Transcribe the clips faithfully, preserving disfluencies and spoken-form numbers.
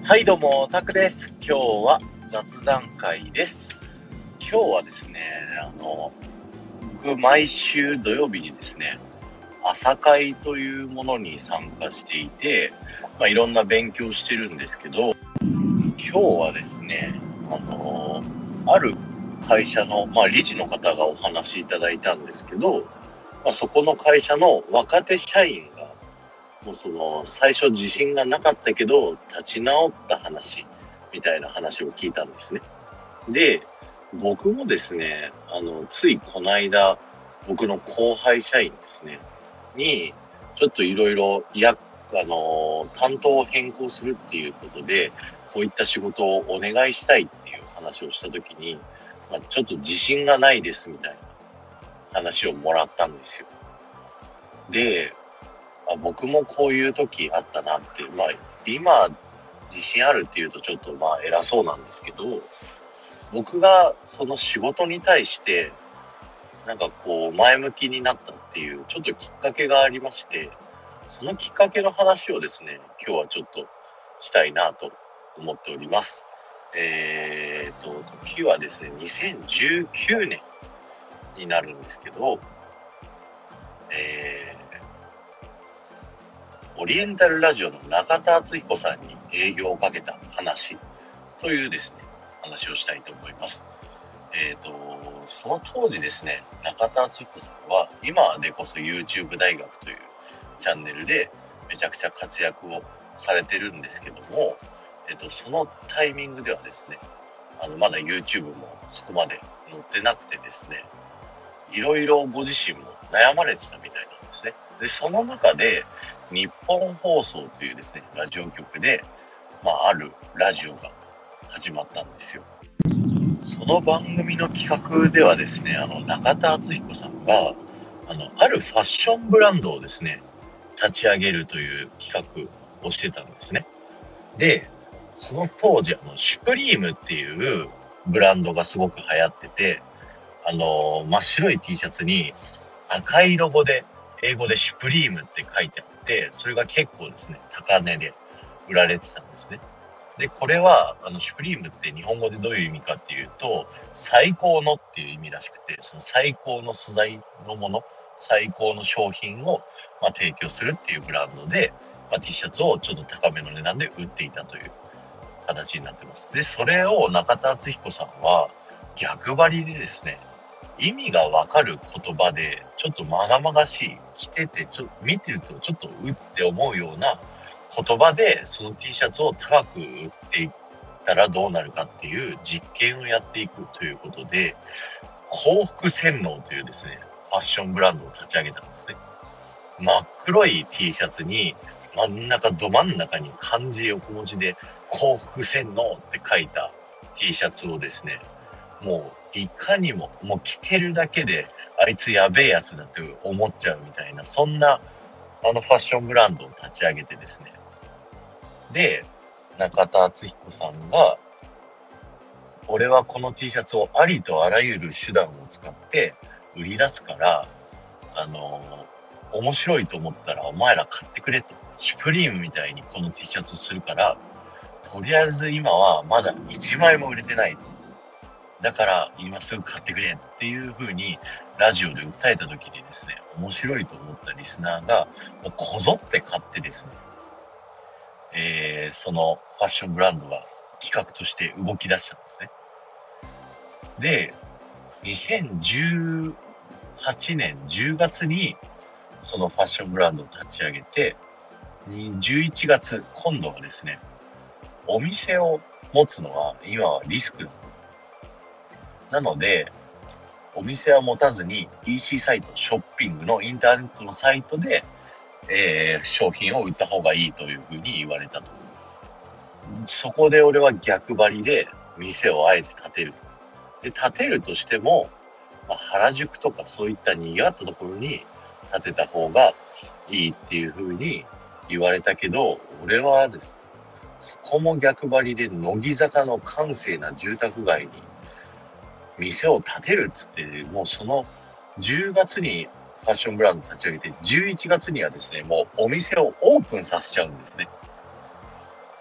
はい、どうも、タクです。今日は雑談会です。今日はですね、あの、僕、毎週土曜日にですね、朝会というものに参加していて、まあ、いろんな勉強してるんですけど、今日はですね、あの、ある会社の、まあ、理事の方がお話しいただいたんですけど、まあ、そこの会社の若手社員が、もうその最初自信がなかったけど立ち直った話みたいな話を聞いたんですね。で、僕もですね、あのついこの間僕の後輩社員ですねにちょっといろいろやあの担当を変更するっていうことでこういった仕事をお願いしたいっていう話をしたときに、まあ、ちょっと自信がないですみたいな話をもらったんですよ。で、あ、僕もこういう時あったなって、まあ今自信あるっていうとちょっとまあ偉そうなんですけど、僕がその仕事に対してなんかこう前向きになったっていうちょっときっかけがありまして、そのきっかけの話をですね、今日はちょっとしたいなと思っております。えーと、時はですね、にせんじゅうきゅうねんになるんですけど、えーオリエンタルラジオの中田敦彦さんに営業をかけた話というですね、話をしたいと思います。えっと、その当時ですね、中田敦彦さんは今でこそ YouTube 大学というチャンネルでめちゃくちゃ活躍をされてるんですけども、えっと、そのタイミングではですね、あのまだ YouTube もそこまで載ってなくてですね、いろいろご自身も悩まれてたみたいなんですね。で、その中で日本放送というですね、ラジオ局で、まあ、あるラジオが始まったんですよ。その番組の企画ではですね、あの、中田敦彦さんが、あの、あるファッションブランドをですね、立ち上げるという企画をしてたんですね。で、その当時、あの、シュプリームっていうブランドがすごく流行ってて、あの、真っ白い T シャツに赤いロゴで、英語でシュプリームって書いてあって、それが結構ですね、高値で売られてたんですね。で、これは、あの、シュプリームって日本語でどういう意味かっていうと、最高のっていう意味らしくて、その最高の素材のもの、最高の商品を、まあ、提供するっていうブランドで、まあ、T シャツをちょっと高めの値段で売っていたという形になってます。で、それを中田敦彦さんは逆張りでですね、意味がわかる言葉でちょっとまがまがしい、着ててちょ見てるとちょっとうって思うような言葉でその T シャツを高く売っていったらどうなるかっていう実験をやっていくということで、幸福洗脳というですね、ファッションブランドを立ち上げたんですね。真っ黒い T シャツに真ん中ど真ん中に漢字横文字で幸福洗脳って書いた T シャツをですね、もういかにももう着てるだけであいつやべえやつだって思っちゃうみたいな、そんなあのファッションブランドを立ち上げてですね、で中田敦彦さんが、俺はこの T シャツをありとあらゆる手段を使って売り出すから、あの面白いと思ったらお前ら買ってくれと、シュプリームみたいにこの T シャツをするから、とりあえず今はまだいちまいも売れてないと、だから今すぐ買ってくれっていう風にラジオで訴えた時にですね、面白いと思ったリスナーがもうこぞって買ってですね、えー、そのファッションブランドが企画として動き出したんですね。で、にせんじゅうはちねんじゅうがつにそのファッションブランドを立ち上げて、じゅういちがつ今度はですね、お店を持つのは今はリスクだと。なので、お店は持たずに イーシー サイト、ショッピングのインターネットのサイトで、えー、商品を売った方がいいというふうに言われたと。そこで俺は逆張りで店をあえて建てると。で、建てるとしても、まあ、原宿とかそういった賑わったところに建てた方がいいっていうふうに言われたけど、俺はです、そこも逆張りで乃木坂の閑静な住宅街に店を建てるっつって、もうそのじゅうがつにファッションブランド立ち上げて、じゅういちがつにはですね、もうお店をオープンさせちゃうんですね。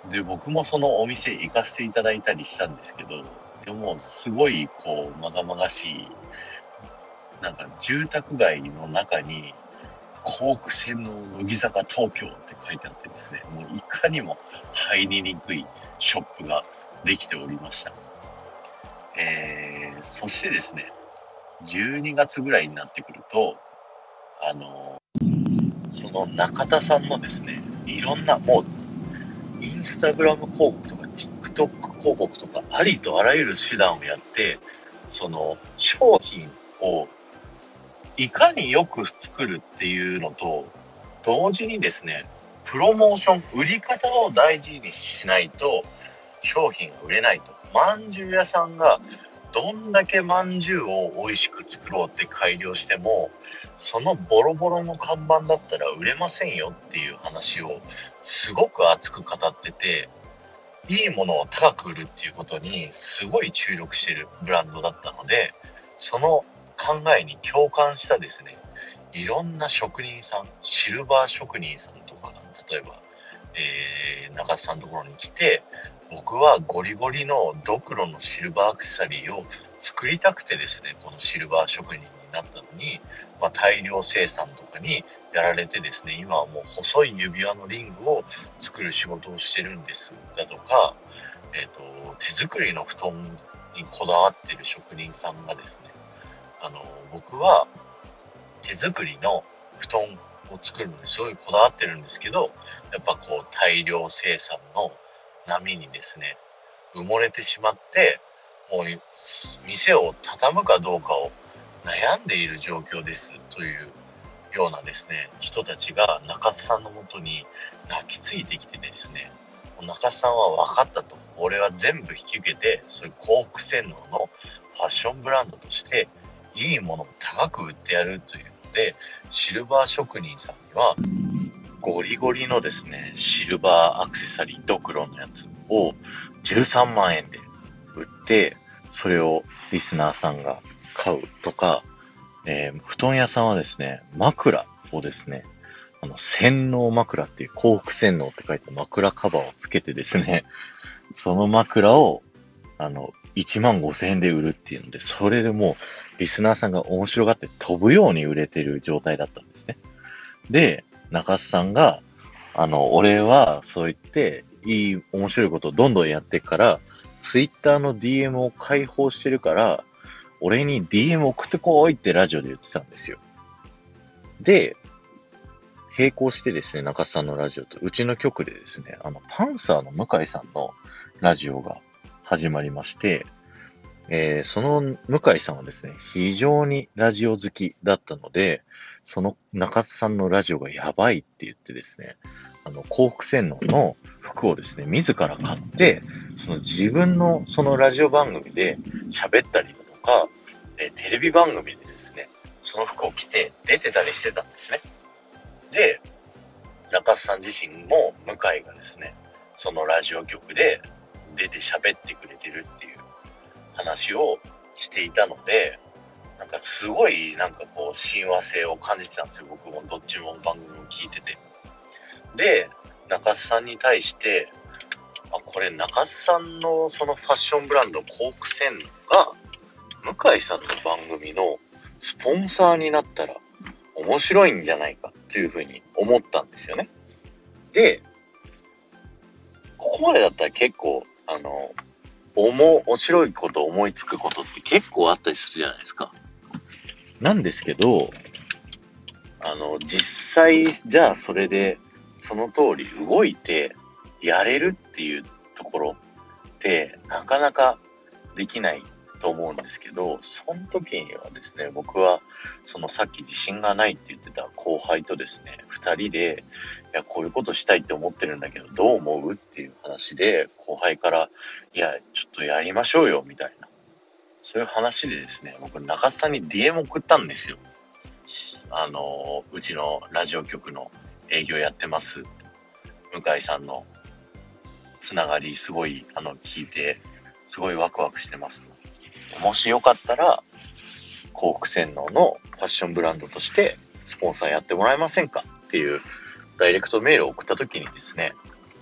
で、僕もそのお店行かせていただいたりしたんですけど、でもすごいこう、まがまがしい、なんか住宅街の中に、幸福線の乃木坂東京って書いてあってですね、もういかにも入りにくいショップができておりました。えー、そしてですね、じゅうにがつぐらいになってくると、あの、その中田さんのですね、いろんなもう、インスタグラム広告とか TikTok 広告とかありとあらゆる手段をやって、その商品をいかによく作るっていうのと、同時にですね、プロモーション、売り方を大事にしないと商品が売れないと。まんじゅう屋さんがどんだけまんじゅうを美味しく作ろうって改良しても、そのボロボロの看板だったら売れませんよっていう話をすごく熱く語ってて、いいものを高く売るっていうことにすごい注力してるブランドだったので、その考えに共感したですね、いろんな職人さん、シルバー職人さんとかが、例えば、えー、中津さんのところに来て、僕はゴリゴリのドクロのシルバーアクセサリーを作りたくてですね、このシルバー職人になったのに、まあ、大量生産とかにやられてですね、今はもう細い指輪のリングを作る仕事をしてるんですだとか、えっと、手作りの布団にこだわってる職人さんがですね、あの、僕は手作りの布団を作るのにすごいこだわってるんですけど、やっぱこう大量生産の波にですね、埋もれてしまって、もう店を畳むかどうかを悩んでいる状況ですというようなですね、人たちが中津さんのもとに泣きついてきてですね、中津さんは分かったと。俺は全部引き受けて、そういう幸福洗脳のファッションブランドとしていいものを高く売ってやるというので、シルバー職人さんにはゴリゴリのですね、シルバーアクセサリードクロのやつをじゅうさんまんえんで売って、それをリスナーさんが買うとか、えー、布団屋さんはですね、枕をですね、あの、洗脳枕っていう幸福洗脳って書いた枕カバーをつけてですね、その枕を、あの、いちまんごせんえんで売るっていうので、それでもう、リスナーさんが面白がって飛ぶように売れてる状態だったんですね。で、中津さんが、あの、俺はそう言って、いい、面白いことをどんどんやっていくから、ツイッターの ディーエム を開放してるから、俺に ディーエム 送ってこいってラジオで言ってたんですよ。で、並行してですね、中津さんのラジオと、うちの局でですね、あの、パンサーの向井さんのラジオが始まりまして、えー、その向井さんはですね、非常にラジオ好きだったので、その中津さんのラジオがやばいって言ってですね、あの、幸福洗脳の服をですね、自ら買って、その自分のそのラジオ番組で喋ったりだとか、えー、テレビ番組でですね、その服を着て出てたりしてたんですね。で、中津さん自身も向井がですね、そのラジオ局で出て喋ってくれてるっていう話をしていたので、なんかすごいなんかこう親和性を感じてたんですよ。僕もどっちも番組を聞いてて。で、中津さんに対して、あ、これ中津さんのそのファッションブランド幸福洗脳が向井さんの番組のスポンサーになったら面白いんじゃないかというふうに思ったんですよね。で、ここまでだったら結構、あの、おも、面白いこと思いつくことって結構あったりするじゃないですか。なんですけど、あの、実際、じゃあそれで、その通り動いてやれるっていうところって、なかなかできないと思うんですけど、その時にはですね、僕は、そのさっき自信がないって言ってた後輩とですね、二人で、いや、こういうことしたいって思ってるんだけど、どう思うっていう話で、後輩から、いや、ちょっとやりましょうよ、みたいな。そういう話でですね、僕、中津さんに ディーエム 送ったんですよ。あの、うちのラジオ局の営業やってます。向井さんのつながり、すごい、あの、聞いて、すごいワクワクしてますと。もしよかったら、幸福洗脳のファッションブランドとしてスポンサーやってもらえませんかっていうダイレクトメールを送った時にですね、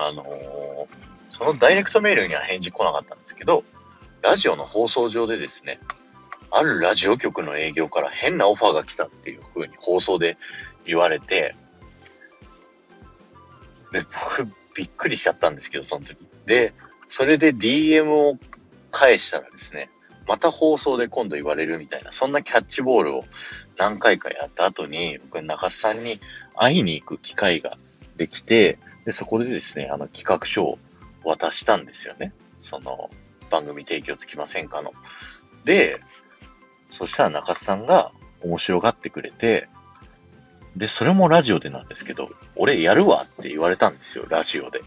あのー、そのダイレクトメールには返事来なかったんですけど、ラジオの放送上でですね、あるラジオ局の営業から変なオファーが来たっていう風に放送で言われて、で、僕びっくりしちゃったんですけど、その時。で、それで ディーエム を返したらですね、また放送で今度言われるみたいな、そんなキャッチボールを何回かやった後に、僕、中津さんに会いに行く機会ができて、で、そこでですね、あの企画書を渡したんですよね。その、番組提供つきませんかの。で、そしたら中津さんが面白がってくれて、で、それもラジオでなんですけど、俺やるわって言われたんですよ、ラジオで。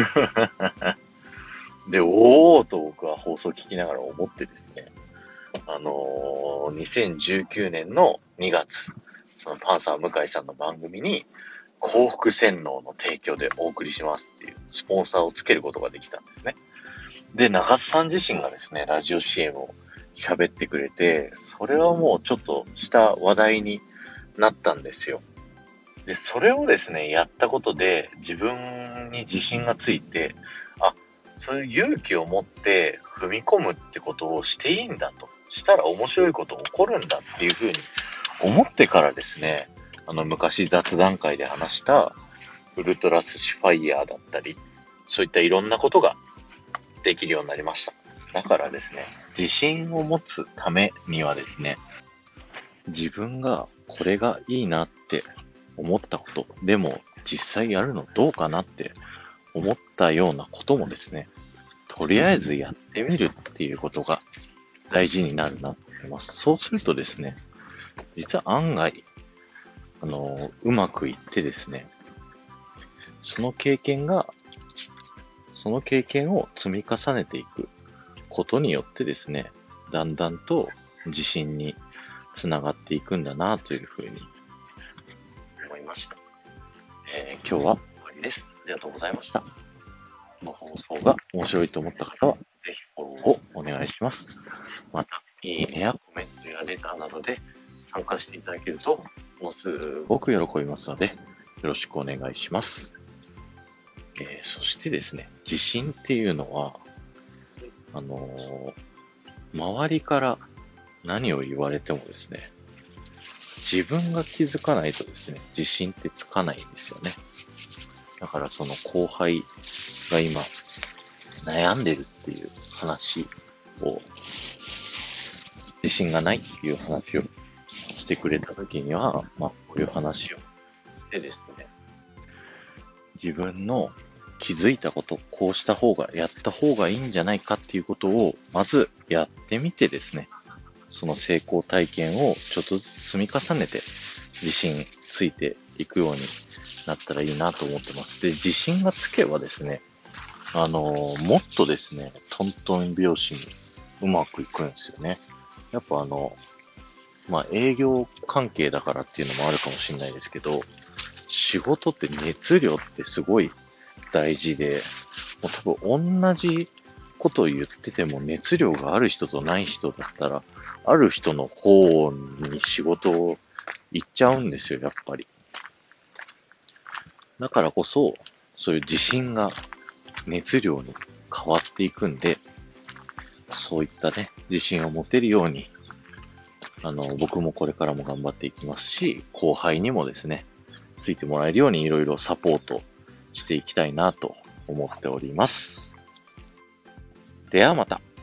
で、おーと僕は放送聞きながら思ってですね、あのー、にせんじゅうきゅうねんのにがつ、そのパンサー向井さんの番組に、幸福洗脳の提供でお送りしますっていうスポンサーをつけることができたんですね。で、中津さん自身がですね、ラジオ シーエム を喋ってくれて、それはもうちょっとした話題になったんですよ。で、それをですね、やったことで自分に自信がついて、あ、そういう勇気を持って踏み込むってことをしていいんだと。したら面白いこと起こるんだっていうふうに思ってからですね、あの昔雑談会で話したウルトラスシファイヤーだったり、そういったいろんなことができるようになりました。だからですね、自信を持つためにはですね、自分がこれがいいなって思ったこと、でも実際やるのどうかなって思ったようなこともですね、とりあえずやってみるっていうことが大事になるなと思います。そうするとですね、実は案外、あの、うまくいってですね、その経験が、その経験を積み重ねていくことによってですね、だんだんと自信につながっていくんだなというふうに思いました。えー、今日は終わりです。ありがとうございました。この放送が面白いと思った方は、ぜひフォローをお願いします。また、いいねやコメントやレターなどで参加していただけると、もうすごく喜びますので、よろしくお願いします。えー、そしてですね、自信っていうのは、あのー、周りから何を言われてもですね、自分が気づかないとですね、自信ってつかないんですよね。だからその後輩が今悩んでるっていう話を、自信がないっていう話をしてくれたときには、まあこういう話をしてですね、自分の気づいたこと、こうした方が、やった方がいいんじゃないかっていうことを、まずやってみてですね、その成功体験をちょっとずつ積み重ねて、自信ついていくようになったらいいなと思ってます。で、自信がつけばですね、あのー、もっとですね、トントン拍子にうまくいくんですよね。やっぱあの、まあ営業関係だからっていうのもあるかもしれないですけど、仕事って熱量ってすごい大事で、もう多分同じことを言ってても熱量がある人とない人だったら、ある人の方に仕事を行っちゃうんですよ、やっぱり。だからこそ、そういう自信が熱量に変わっていくんで、そういったね、自信を持てるように、あの、僕もこれからも頑張っていきますし、後輩にもですね、ついてもらえるようにいろいろサポートしていきたいなと思っております。ではまた。